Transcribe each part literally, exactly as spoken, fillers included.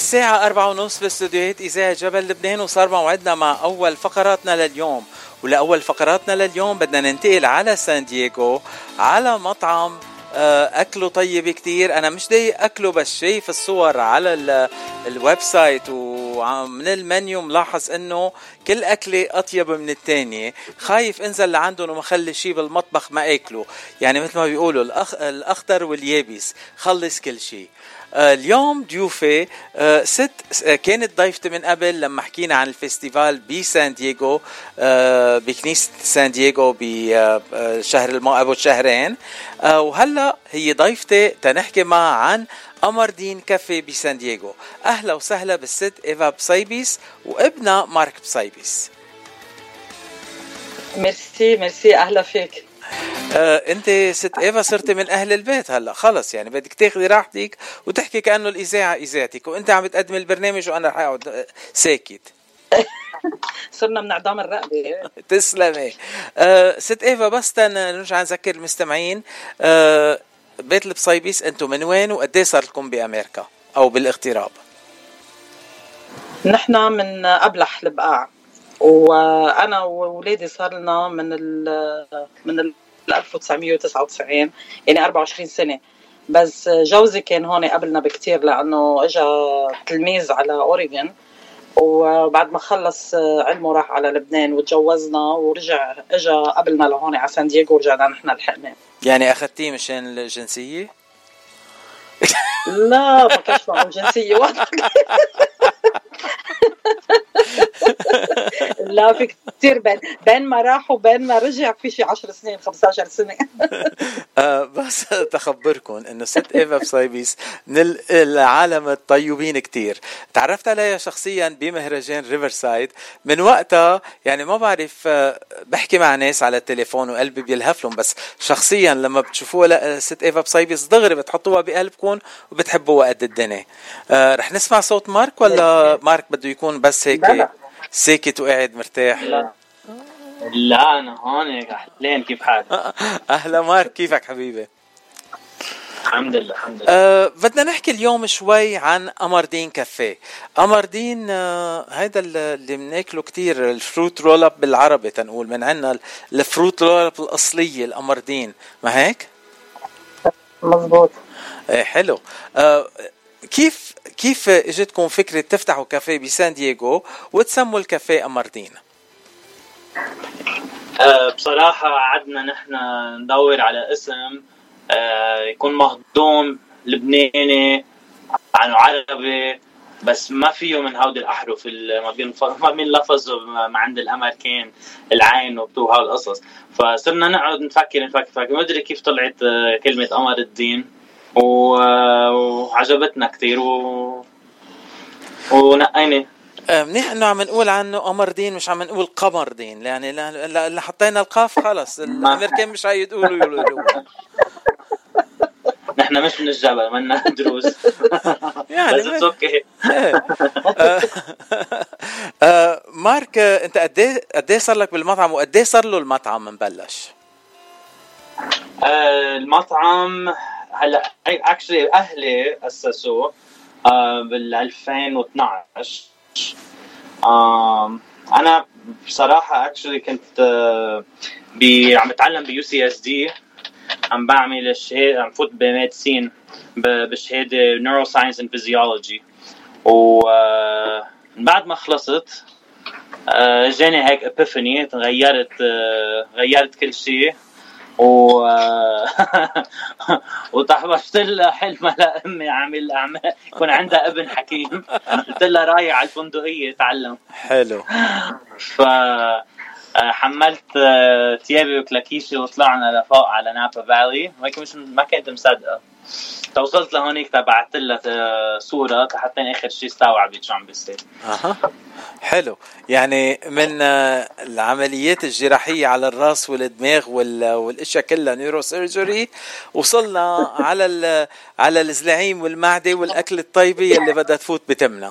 الساعة أربعة ونص باستوديوهات إذاعة جبل لبنان، وصار موعدنا مع أول فقراتنا لليوم. ولأول فقراتنا لليوم بدنا ننتقل على سان دييغو على مطعم أكله طيب كتير. أنا مش داي أكله بس شايف الصور على الويب سايت ومن المنيو ملاحظ إنه كل أكلة أطيب من التانية. خايف انزل لعندهم وما خلي شي بالمطبخ ما أكله، يعني مثل ما بيقولوا الأخ... الأخضر واليابس خلص كل شي. اليوم ضيوفي ست كانت ضيفتي من قبل لما حكينا عن الفستيفال بسان دييغو بكنيسة سان دييغو بشهر الماء أبو شهرين، وهلأ هي ضيفتي تنحكي معها عن أمردين كافيه بسان دييغو. أهلا وسهلا بالست إيفا بصيبيس وابنها مارك بصيبيس. ميرسي ميرسي أهلا فيك. آه، انت ست ايفا صرتي من اهل البيت هلا خلص، يعني بدك تاخذي راحتك وتحكي كأنه الاذاعه اذاعتك وانت عم تقدمي البرنامج وانا رح اقعد ساكت. صرنا من عظام الرقبه. تسلمي. آه، ست ايفا بس نرجع نذكر المستمعين، آه، بيت البصيبيس انتم من وين وقد ايه صار لكم بامريكا او بالاغتراب؟ نحن من أبلح البقاع، وانا وولادي صار لنا من ال من ال ألف وتسعمية وتسعة وتسعين، يعني أربعة وعشرين سنة. بس جوزي كان هون قبلنا بكتير لأنه اجى تلميذ على أوريغون، وبعد ما خلص علمه راح على لبنان وتجوزنا ورجع اجى قبلنا لهون على سان دييغو ورجعنا نحن لحقنا. يعني أخذتيه مشان الجنسية؟ لا ما كانش معه جنسية واحدة. لا في كتير بين بين ما راح وبين ما رجع في شي عشر سنين خمسة عشر سنة. آه بس تخبركم انه ست ايفا بصيبيس من العالم الطيبين كتير. تعرفت عليها شخصيا بمهرجان ريفرسايد من وقتها، يعني ما بعرف، بحكي مع ناس على التليفون وقلبي بيلهفلهم، بس شخصيا لما بتشوفوها ست ايفا بصيبيس دغري بتحطوها بقلبكم وبتحبوها قد الدنيا. آه رح نسمع صوت مارك ولا مارك بده يكون بس هيك ساكت وقاعد مرتاح؟ لا لا انا هون اهلين، كيف حالك؟ اهلا مارك، كيفك حبيبي؟ الحمد لله الحمد لله. أه بدنا نحكي اليوم شوي عن أمردين كافيه. أمردين أه هيدا اللي بناكله كتير، الفروت رول اب بالعربي تنقول، من عنا الفروت رول اب الأصلية الأمردين، ما هيك؟ مزبوط. ايه حلو. أه كيف كيف اجتكم فكرة تفتحوا كافيه بسان دييغو وتسموا الكافيه أمردين؟ أه بصراحة قعدنا نحن ندور على اسم أه يكون مهضوم لبناني عنه عربي، بس ما فيه من هودي الأحرف ما بين ما بين لفظ ما عند الأمريكان العين وبتو هالقصص. فصرنا نقعد نفكر نفكر نفكر ما أدري كيف طلعت كلمة أمر الدين، وعجبتنا كتير و... ونقينا. منيح انه عم نقول عنه أمردين مش عم نقول قمردين، يعني اللي حطينا القاف خلص الامريكان مش هيقولوا يقولوا. نحن مش من الجبل منا دروز يعني بس اوكي. مارك انت قد ايه قد ايه صار لك بالمطعم وقد ايه صار له المطعم من بلش؟ المطعم هلا اكشلي اهلي اسسوه بال ألفين واثناشر. انا بصراحه اكشلي كنت بي عم اتعلم بيو سي اس دي، عم بعمل الشهاده، عم فوت بميديسين بالشهاده نيورو ساينس اند فيزيولوجي، وبعد ما خلصت جاني هيك ابيفاني، غيرت غيرت كل شيء و وطحبشت لها حلمها لأمي عامل أعمال يكون عندها ابن حكيم. قلت لها رايح على الفندقية تعلم. حلو. ف حملت تيابي وكلاكيشي وطلعنا لفوق على نابا فالي، وهيك مش ما كنت مصدقة. توصلت لهونيك تبعت لها صورة حتى آخر شيء استوعبت شو عم بيصير. أها حلو. يعني من العمليات الجراحية على الرأس والدماغ والأشياء كلها نيورو سيرجري، وصلنا على على الزلعيم والمعدة والأكل الطيبة اللي بدها تفوت بتمنا.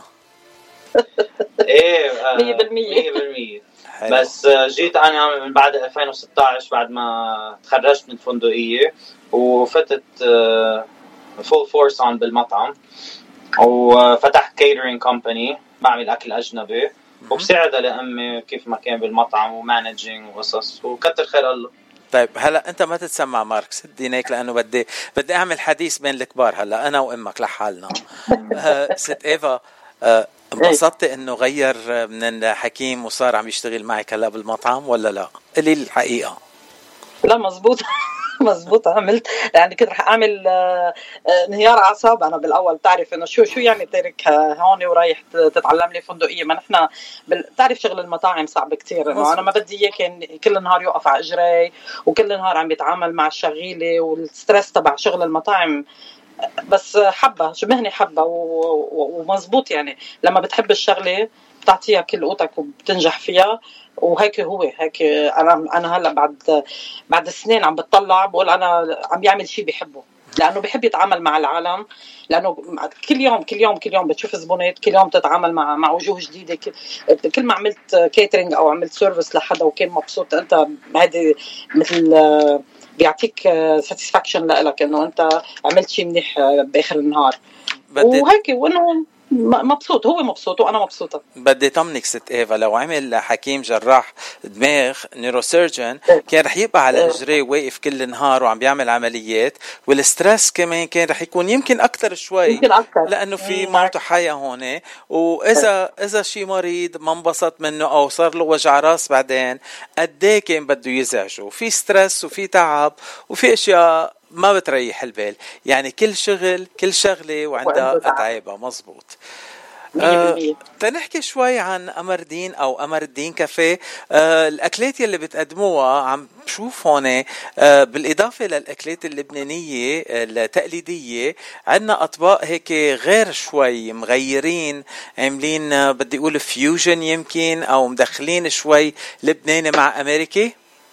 إيه مية بالمية مية بالمية. بس جيت أنا من بعد ألفين وستة عشر بعد ما تخرجت من الفندقية وفتت فول فورس عن بالمطعم. وفتح كيترينج كومباني بعمل اكل اجنبي وبساعدها لامي كيف ما كان بالمطعم ومانجينج وقصص وكتر خير الله. طيب هلا انت ما تتسمع ماركس دينيك لانه بدي بدي اعمل حديث بين الكبار هلا انا وامك لحالنا. آه ست ايفا، آه انبسطت انه غير من الحكيم وصار عم يشتغل معك هلا بالمطعم ولا لا؟ قولي الحقيقه. لا مزبوط مزبوط عملت يعني كنت رح اعمل انهيار اعصاب. انا بالاول بتعرف انه شو شو يعني ترك هون ورايح تتعلم لي فندقيه. ما نحن بتعرف شغل المطاعم صعب كتير، انه انا ما بدي اياه كل النهار يوقف على اجري وكل النهار عم بيتعامل مع الشغيله والستريس تبع شغل المطاعم. بس حبه شبهني حبه ومزبوط يعني لما بتحب الشغله بتعطيها كل قوتك وبتنجح فيها. وهيك هو هيك انا انا هلا بعد بعد سنين عم بتطلع بقول انا عم بيعمل شيء بيحبه، لانه بيحب يتعامل مع العالم، لانه كل يوم كل يوم كل يوم بتشوف زبونات، كل يوم تتعامل مع مع وجوه جديده. كل, كل ما عملت كيترينج او عملت سيرفيس لحدا وكان مبسوط انت، هذه مثل بيعطيك ساتسفاكشن لك انه انت عملت شيء منيح باخر النهار. وهيك وانه مبسوط، هو مبسوط وانا مبسوطه. بدي طمنك ست ايفا، لو عمل حكيم جراح دماغ نيوروسيرجن كان رح يبقى على اجريه واقف كل النهار وعم بيعمل عمليات، والستريس كمان كان رح يكون يمكن اكثر شوي يمكن أكثر. لانه في موت حياه هون. واذا اذا شي مريض ما انبسط منه او صار له وجع راس بعدين قد ايه كان بده يزعجه، في ستريس وفي تعب وفي اشياء ما بتريح البال. يعني كل شغل كل شغلة وعندها أتعابها. مزبوط. آه، تنحكي شوي عن أمر دين أو أمر الدين كافيه. آه، الأكلات يلي بتقدموها عم بشوف هون آه، بالإضافة للأكلات اللبنانية التقليدية عندنا أطباق هيك غير شوي مغيرين، عاملين آه، بدي أقول فيوجن يمكن أو مدخلين شوي لبناني مع أمريكي.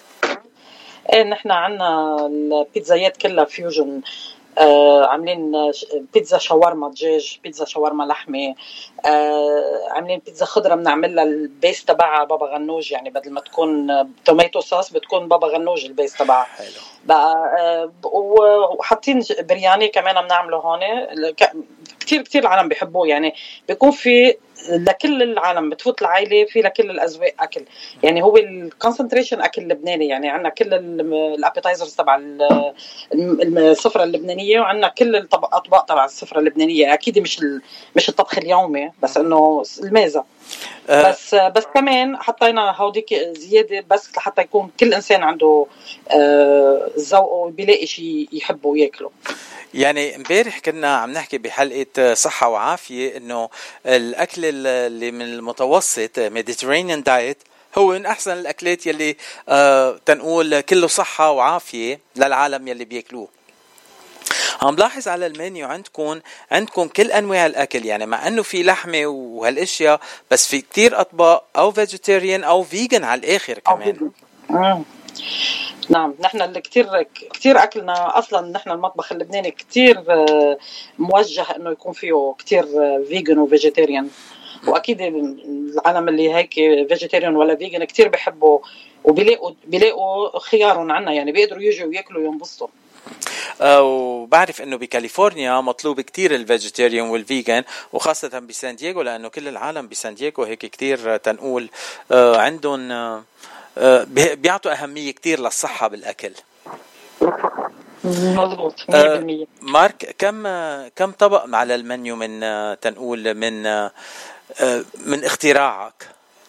ايه نحن عنا البيتزايات كلها فيوجن. آه عاملين بيتزا شاورما دجاج، بيتزا شاورما لحمه، آه عاملين بيتزا خضره بنعملها البيس تبعها بابا غنوج، يعني بدل ما تكون توميتو صوص بتكون بابا غنوج البيس تبعها بقى. آه وحاطين برياني كمان بنعمله هون، كتير كتير العالم بيحبوه. يعني بيكون في لكل العالم، بتفوت العائله في لكل الاذواق اكل. يعني هو الكونسنتريشن اكل لبناني، يعني عندنا كل الابيتايزرز تبع السفره اللبنانيه وعندنا كل الاطباق تبع السفره اللبنانيه. اكيد مش مش الطبخ اليومي بس انه الميزه. أه بس بس كمان حطينا هوديك زياده بس لحتى يكون كل انسان عنده أه ذوقه وبيلاقي شيء يحبه وياكله. يعني امبارح كنا عم نحكي بحلقة صحة وعافية انه الاكل اللي من المتوسط ميديترينيان دايت هو من احسن الاكلات يلي آه تنقول كله صحة وعافية للعالم يلي بياكلوه. عم لاحظ على المنيو عندكم عندكم كل انواع الاكل، يعني مع انه في لحمة وهالاشياء بس في كتير اطباق او فيجيتيريان او فيجن على الاخر كمان. آه. نعم نحن اللي كتير كتير أكلنا أصلاً نحن المطبخ اللبناني كتير موجه إنه يكون فيه كتير فيجن وفيجيتيريان، وأكيد العالم اللي هيك فيجيتيريان ولا فيجن كتير بيحبوا وبيلاقوا بيلاقوا خيارهم عنا، يعني بيقدروا يجوا ويأكلوا وينبسطوا. وبعرف انه بكاليفورنيا مطلوب كتير الفيجيتيريان والفيجن، وخاصة بسان دييغو لانه كل العالم بسان دييغو هيك كتير تنقول عندهم بيعطوا أهمية كتير للصحة بالأكل. مظبوط مية بالمية. مارك كم كم طبق على المنيو من تنقول من من اختراعك؟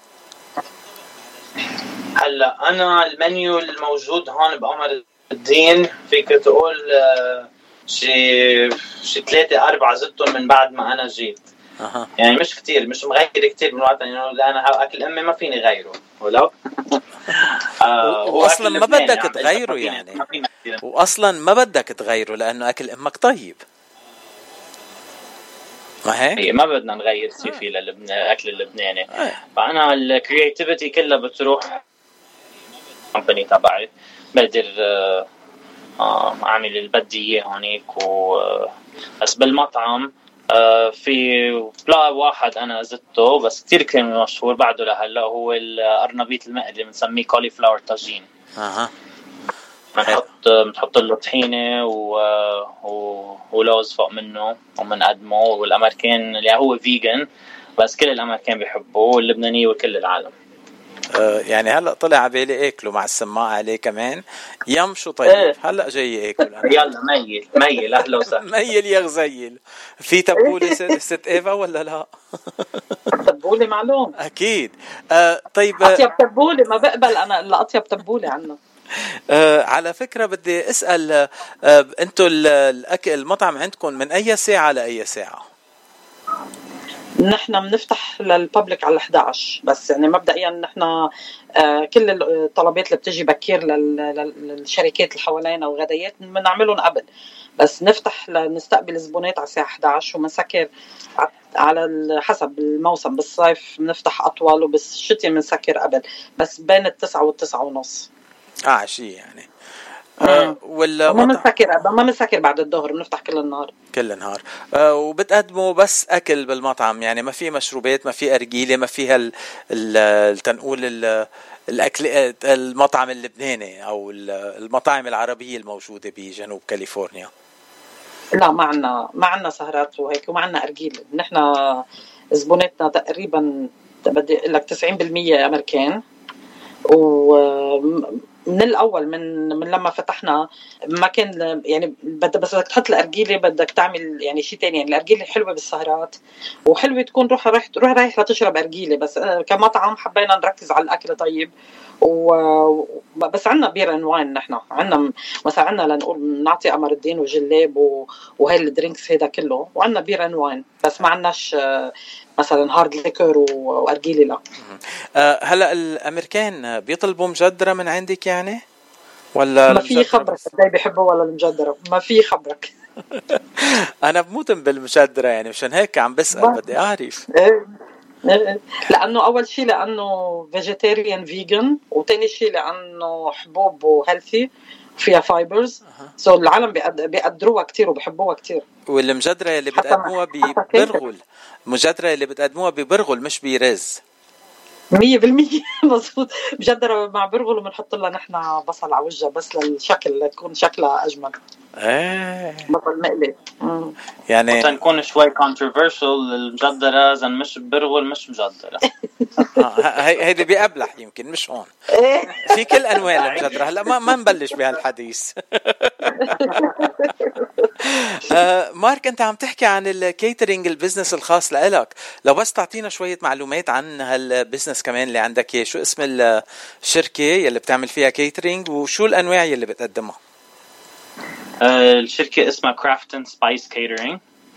هلا أنا المنيو الموجود هون بقمر الدين فيك تقول شي شي ثلاثة أربعة زدتهم من بعد ما أنا جيت. أه. يعني مش كتير، مش مغير كتير من وقت يعني أنا أكل أمي ما فيني غيره ولو آه واصلا ما بدك تغيره يعني واصلا ما بدك تغيره لانه اكل امك طيب، ما هيك ما بدنا نغير شيء فيه للاكل اللبناني. آه. فانا الكرياتيفيتي كلها بتروح كمباني تبعي، بقدر آه اعمل اللي بدي اياه هونيك و بس بالمطعم آه في بلا واحد انا زدته بس كتير كان مشهور بعده لهلا، هو القرنبيط المقلي بنسميه كولي فلاور طاجين. اها بنحط بنحط له طحينه و... و... ولوز فوق منه وبنقدمه. والامريكان اللي هو فيجن بس كل الامريكان بيحبوه، واللبنانيه وكل العالم. آه يعني هلا طلع عبالي اكله مع السماعه عليه كمان. يم شو طيب إيه. هلا جاي اكل انا. يلا ميل ميل اهلا وسهلا. ميل يا غزيل. في تبوله ست, ست ايفا ولا لا؟ تبوله معلوم اكيد. آه طيب اطيب تبوله ما بقبل انا الا اطيب تبوله عنا. آه على فكره بدي اسال آه انتوا الاكل المطعم عندكم من اي ساعه لاي ساعه؟ نحن بنفتح للببليك على إحدى عشر بس، يعني مبدئيا نحن آه كل الطلبات اللي بتجي بكير للشركات اللي حوالينا وغدايات بنعملهم قبل، بس نفتح لنستقبل زبونات على الساعه إحدى عشر ومنسكر على حسب الموسم. بالصيف بنفتح اطول وبالشتاء بنسكر قبل، بس بين التسعة والتسعة ونص. اه شيء يعني آه ولا ما بنسكر ما بنسكر بعد الظهر، بنفتح كل النهار كل النهار. آه وبتقدموا بس اكل بالمطعم يعني؟ ما في مشروبات، ما في ارجيله، ما فيها التنقول الاكل المطعم اللبناني او المطاعم العربيه الموجوده بجنوب كاليفورنيا؟ لا ما عنا ما عنا سهرات وهيك، وما عنا ارجيله. نحن زبونتنا تقريبا بدي اقول لك تسعين بالمية امريكان، ومن الاول من من لما فتحنا ما كان يعني بدك بس بدك تحط الارجيله بدك تعمل يعني شيء ثاني. يعني الارجيله حلوه بالسهرات وحلوه تكون روح رايح تروح رايح لتشرب ارجيله، بس كمطعم حبينا نركز على الاكل طيب. و بس عندنا بير ان واين. نحن عندنا مثلا عندنا لنقول نعطي قمر الدين وجلاب وهي الدرينكس هذا كله، وعندنا بير ان واين بس ما عندناش مثلا هارد ليكر وارجيله. لا أه هلا الامريكان بيطلبوا مجدره من عندك يعني ولا ما في خبرك ازاي بيحبوا ولا المجدره؟ ما في خبرك. انا بموت بالمجدره يعني، مشان هيك عم بسال بدي اعرف. لانه اول شيء لانه فيجيتيريان فيجن، وثاني شيء لانه حبوب وهيلثي فيها فايبرز. سو so العالم بيقدروها كتير وبيحبوها كتير. والمجدره اللي بتقدموها ببرغل، المجدره اللي بتقدموها ببرغل مش بيرز؟ مية بالمية مظبوط. مجدرة مع برغل وبنحط لها نحن بصل على وجهها بس للشكل لتكون شكلها أجمل. ايه بصل مقلي يعني تنكون شوي controversial. المجدرة زن مش برغل مش مجدرة. هاي هيدي بيقبلح يمكن مش هون في كل أنواع المجدرة. هلا ما ما نبلش بهالحديث. آه مارك أنت عم تحكي عن الكيترينج البزنس الخاص لإلك، لو بس تعطينا شوية معلومات عن هالبزنس كمان اللي عندك. شو اسم الشركة يلي بتعمل فيها كيترينج وشو الأنواع يلي بتقدمها؟ آه الشركة اسمها كرافتن سبايس كيترينج.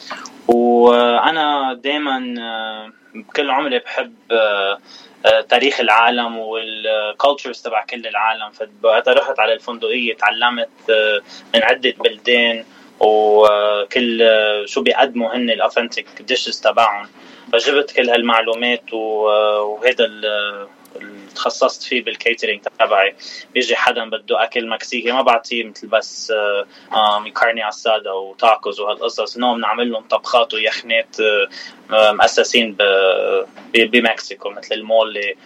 وأنا دايما آه بكل عمري بحب آه تاريخ العالم والكالتشرز تبع كل العالم. فبقيت رحت على الفندقية تعلمت من عدة بلدان وكل شو بيقدموا هن الاوثنتيك ديشز تبعهم، فجبت كل هالمعلومات وهذا اللي تخصصت فيه بالكيترينج تبعي. بيجي حدا بده اكل مكسيكي ما بعطيه مثل بس كارني اسادا وتاكوز وهالقصص، انه بنعمل لهم طبخات ويخنات مؤسسين بمكسيكو مثل المولي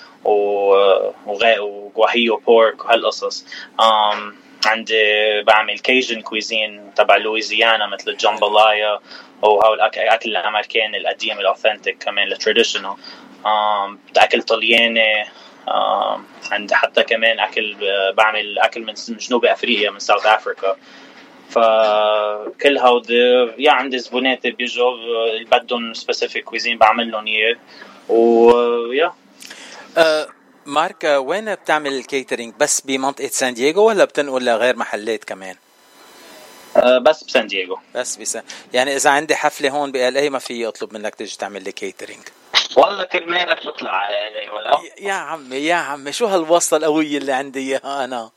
وغواهيو بورك وهالقصص. عندي بعمل كيجن كويزين تبع لويزيانا مثل الجامبلايا وهو الاكل الامريكاني القديم الاوثنتيك كمان التراديشنال. اكل طلياني عندي حتى كمان اكل بعمل اكل من جنوب افريقيا من ساوث افريكا. فكل هودي يا عندي زبونات بيجوا اللي بدهم سبيسيفيك كويزين بعمل لهم اياه. ويا أه مارك وين بتعمل الكيترينج؟ بس بمنطقة سان دييغو ولا بتنقل لغير محلات كمان؟ أه بس بسان دييغو. بس بسان يعني إذا عندي حفلة هون بقال أي ما في أطلب منك تيجي تعمل لي كيترينج؟ والله كرمالك تطلع علي ولا يا عمي يا عمي شو هالوصلة القوية اللي عندي إياها أنا.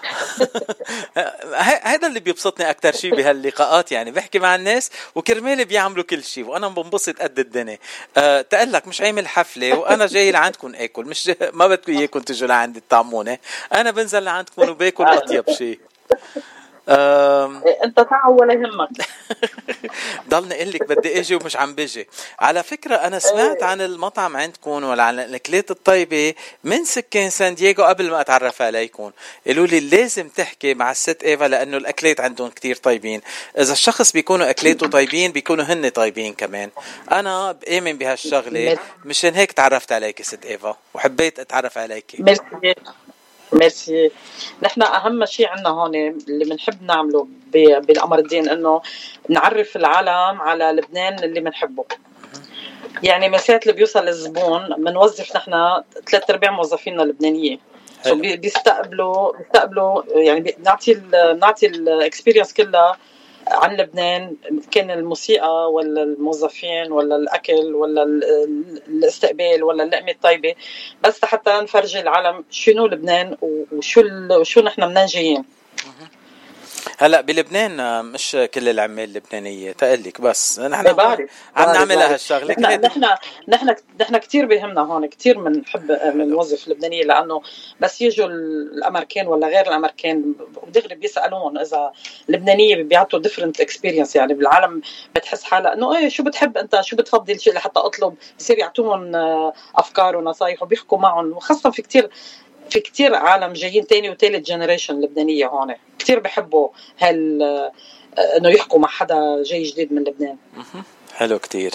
هذا اللي بيبسطني أكتر شيء بهاللقاءات، يعني بحكي مع الناس وكرمالي بيعملوا كل شيء وأنا بنبسط قد الدنيا. أه تقلك مش عامل حفلة وأنا جاي لعندكم أكل، مش ما بدكم إياكم تجوا لعندي تطعموني، أنا بنزل لعندكم وباكل أطيب شيء. أم... انت تعال ولا يهمك. ضلني اقول لك بدي اجي ومش عم بيجي. على فكره انا سمعت عن المطعم عندكم ولا عن الاكلات الطيبه من سكان سان دييغو قبل ما اتعرف عليكم. قالوا لي لازم تحكي مع الست ايفا لانه الاكلات عندهم كتير طيبين. اذا الشخص بيكونوا اكلاته طيبين بيكونوا هن طيبين كمان. انا بآمن بهالشغله، مشان هيك تعرفت عليك ست ايفا وحبيت اتعرف عليك. ميرسي ميرسي. نحن اهم شيء عندنا هون اللي بنحب نعمله بالقمر الدين انه نعرف العالم على لبنان اللي بنحبه. يعني من ساعه اللي بيوصل الزبون بنوظف نحن ثلاث ارباع موظفينا لبنانيه سو بيستقبلوا بيستقبلوا يعني بنعطي بنعطي الاكسبيرينس كلها عن لبنان، كان الموسيقى ولا الموظفين ولا الأكل ولا الاستقبال ولا اللقمة الطيبة، بس حتى نفرجي العالم شنو لبنان وشو شو نحن منين جايين. هلا بلبنان مش كل العمال اللبنانيه تقلك، بس نحن عم نعملها هالشغله. نحن نحن نحن كثير بيهمنا هون، كثير بنحب نوظف لبنانيه لانه بس يجوا الامريكان ولا غير الامريكان ودغري بيسالون اذا لبنانيه بيعطوا ديفرنت اكسبيرينس. يعني بالعالم بتحس حالها انه ايه شو بتحب انت، شو بتفضل شيء لحتى اطلب، بصير يعطوهم افكار ونصايح وبيحكوا معهم. وخاصه في كثير في كتير عالم جايين تاني وتالت جنريشن لبنانية هون، كتير بحبوا هال انه يحكوا مع حدا جاي جديد من لبنان. حلو كتير.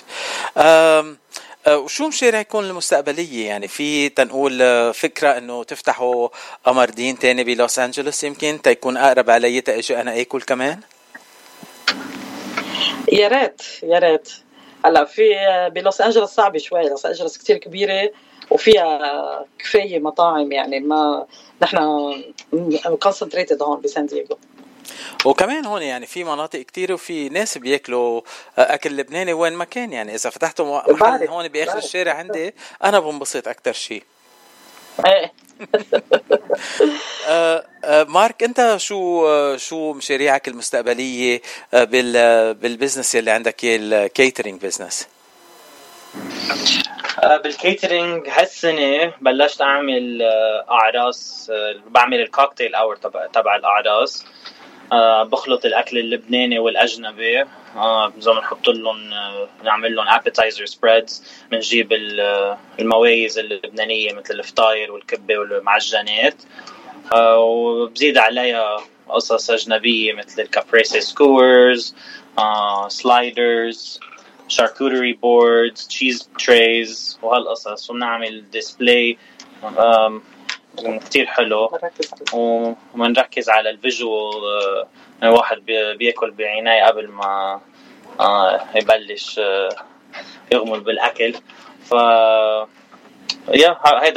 وشو مشاريعكم المستقبلية؟ يعني في تنقول فكرة انه تفتحوا قمر دين تاني بلوس أنجلوس، يمكن تيكون اقرب علي تأجي انا اكل كمان. يا ريت يا ريت. هلا في بلوس أنجلوس صعب شوي، لوس أنجلوس كتير كبيرة وفيها كفاية مطاعم، يعني ما نحن كونسنتريتد هون بسان دييغو. وكمان هون يعني في مناطق كتير وفي ناس بياكلوا أكل لبناني وين ما كان. يعني إذا فتحتوا محل هون بآخر الشارع عندي أنا بنبسط أكتر شيء. مارك أنت شو شو مشاريعك المستقبلية بال بالبزنس اللي عندك الكيترينج بزنس؟ بالكيترينج هالسنة بلشت أعمل أعراس، بعمل الكوكتيل أور تبع تبع الأعراس. بخلط الأكل اللبناني والأجنبي، زي ما نحط لهم نعمل لهم appetizer spreads، بنجيب الموايز اللبنانية مثل الفطاير والكبة والمعجنات، وبزيد عليها قصص أجنبية مثل الكابريسي سكورز، سلايدرز، charcuterie boards, cheese trays وهالقصص، ونعمل display كتير حلو. ومنركز على الفيجوال، الواحد بياكل بعينيه قبل ما يبلش يغمر بالأكل. ف يا هيدا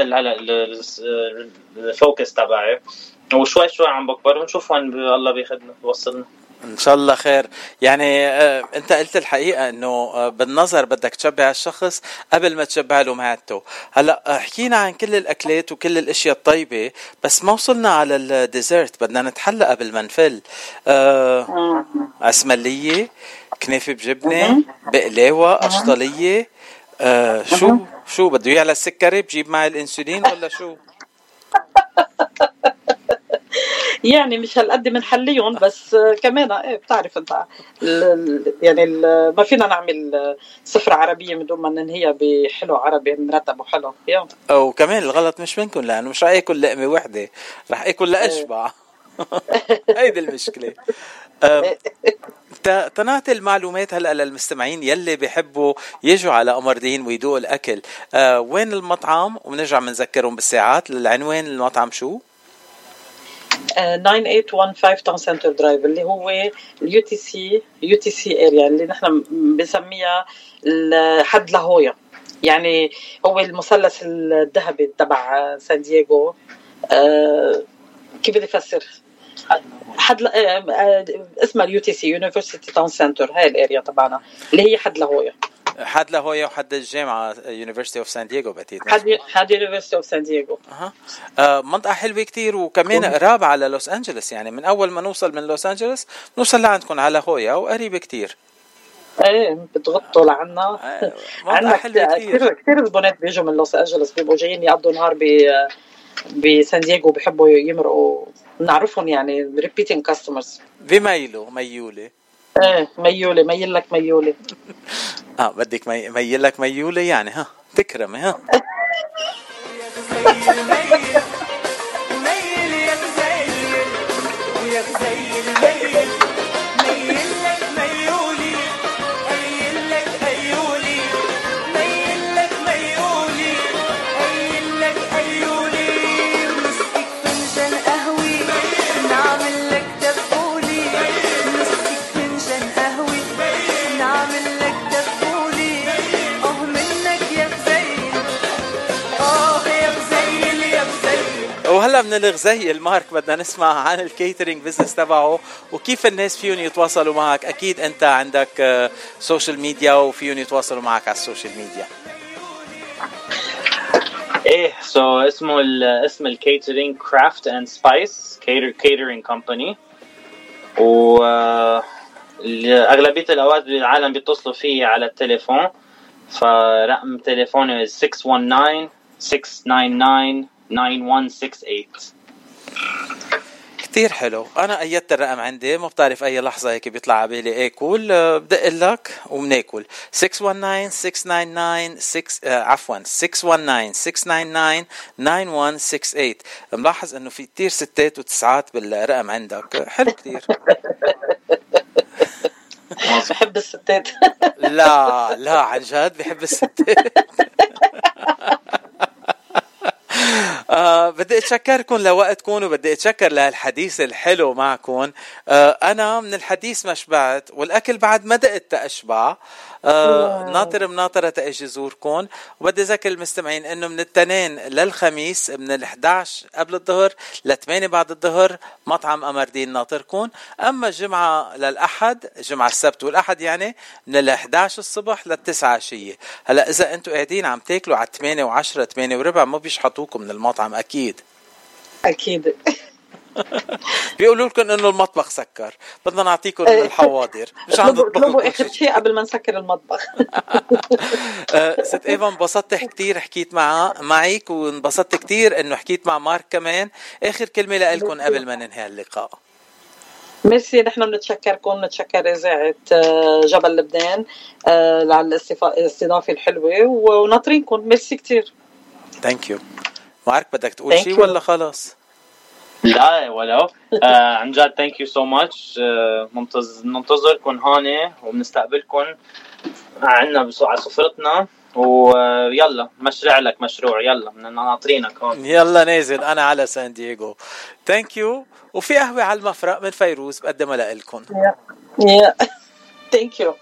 الفوكس تبعي، وشوي شوي عم بكبر ونشوف وين الله بيخدنا وصلنا ان شاء الله خير. يعني آه انت قلت الحقيقه انه آه بالنظر بدك تشبع الشخص قبل ما تشبع له معدته. هلا حكينا عن كل الاكلات وكل الاشياء الطيبه، بس ما وصلنا على الديزرت. بدنا نتحلى قبل ما نفل. آه عسمليه، كنافه بجبنه، بقلاوه، قشطليه. آه شو شو بده اياه على السكري؟ بجيب معي الانسولين ولا شو؟ يعني مش هالقد منحليهم، بس كمان ايه بتعرف انت يعني ما فينا نعمل سفرة عربية من دون ما ننهيها بحلو عربي مرتب وحلو. يوم او كمان الغلط مش منكم، لانه مش راح اكل لقمة وحدة، راح اكل لاشبع. هيدي المشكلة. تنعطي المعلومات هلأ للمستمعين يلي بيحبوا يجوا على قمر دين ويدوقوا الأكل. أه وين المطعم؟ ونرجع منذكرهم بالساعات. العنوان المطعم شو؟ تسعة ثمانية واحد خمسة تاون سنتر درايف، اللي هو اليو تي سي يو تي سي اريا اللي نحن بنسميها حد لاهويا. يعني هو المثلث الذهبي تبع سان دييغو. أه كيف بدي افسر؟ حد ل... اسمها اليو تي سي يونيفرسيتي تاون سنتر، هاي الاريا تبعنا اللي هي حد لاهويا. حد لاهويا وحد الجامعة يونيفرسيتي اوف سان دييغو بعتقد. حد حد يونيفرسيتي اوف سان دييغو. اها آه منطقة حلوة كتير، وكمان قراب على لوس أنجلوس. يعني من أول ما نوصل من لوس أنجلوس نوصل لعندكم على لاهويا، وقريبة كتير. ايه بتغطوا لعنا. آه عندنا كتير كتير زبونات بيجوا من لوس أنجلوس بيبقوا جايين يقضوا نهار ب بسان دييغو، بيحبوا يمرقوا بنعرفهم يعني repeating customers. بميلوا ميولة. ايه ميولة ميل لك ميولة. اه بدك مي... ميل لك ميولة يعني ها تكرمي ها. وهلا من الغزيل مارك بدنا نسمع عن الكيترينج بزنس تبعه وكيف الناس فيهم يتواصلوا معك. اكيد انت عندك سوشيال ميديا وفيهم يتواصلوا معك على السوشيال ميديا. ايه سو so اسمه اسم الكيترينج كرافت اند سبايس كيترينج كومباني، و اغلبيه الاوقات العالم بيتصلوا فيه على التليفون، فرقم تليفوني six one nine six nine nine nine one six eight. كتير حلو. انا ايدت الرقم عندي، ما بتعرف اي لحظه هيك بيطلع على بالي اكل بدق لك وبناكل. six one nine six nine nine six آه عفوا six one nine six nine nine nine one six eight. ملاحظ انه في كتير ستات وتسعات بالرقم عندك، حلو كتير. بحب الستات. لا لا عن جد بحب الستات. آه بدي اتشكركم لوقتكم وبدي اتشكر لهالحديث الحلو معكم. آه انا من الحديث ما شبعت والاكل بعد ما دقت اشبع. آه ناطر مناطرة تأجي زوركم. وبدي اذكر المستمعين انه من التنين للخميس من الحداش قبل الظهر لثمانية بعد الظهر مطعم أمردين ناطركم. اما الجمعة للأحد، الجمعة السبت والأحد يعني من الحداش الصبح للتسعة عشية. هلا اذا انتوا قاعدين عم تاكلوا على ثمانية وعشرة ثمانية وربع ما بيشحطوكم من المطعم اكيد. اكيد. بيقولوا لكم انه المطبخ سكر، بدنا نعطيكم من الحواضر مش عم تطلبوا اخر شيء قبل ما نسكر المطبخ. ست ايفا انبسطت كتير حكيت مع معك وانبسطت كتير انه حكيت مع مارك كمان. اخر كلمه لكم قبل ما ننهي اللقاء. ميرسي. نحن بنتشكركم، نتشكر إذاعة جبل لبنان على الاستضافة الحلوة وناطرينكم. ميرسي كتير. ثانك يو. مارك بدك تقول شيء ولا خلاص؟ لا ولو آه عن جد ثانك يو سو ماتش. ننتظركم هون وبنستقبلكم عندنا على سفرتنا، ويلا مشروع لك مشروع، يلا ناطرينك هون. يلا نازل انا على سان دييغو. ثانك يو. وفي قهوه على المفرق من فيروز بقدمها لكم. يا ثانك يو.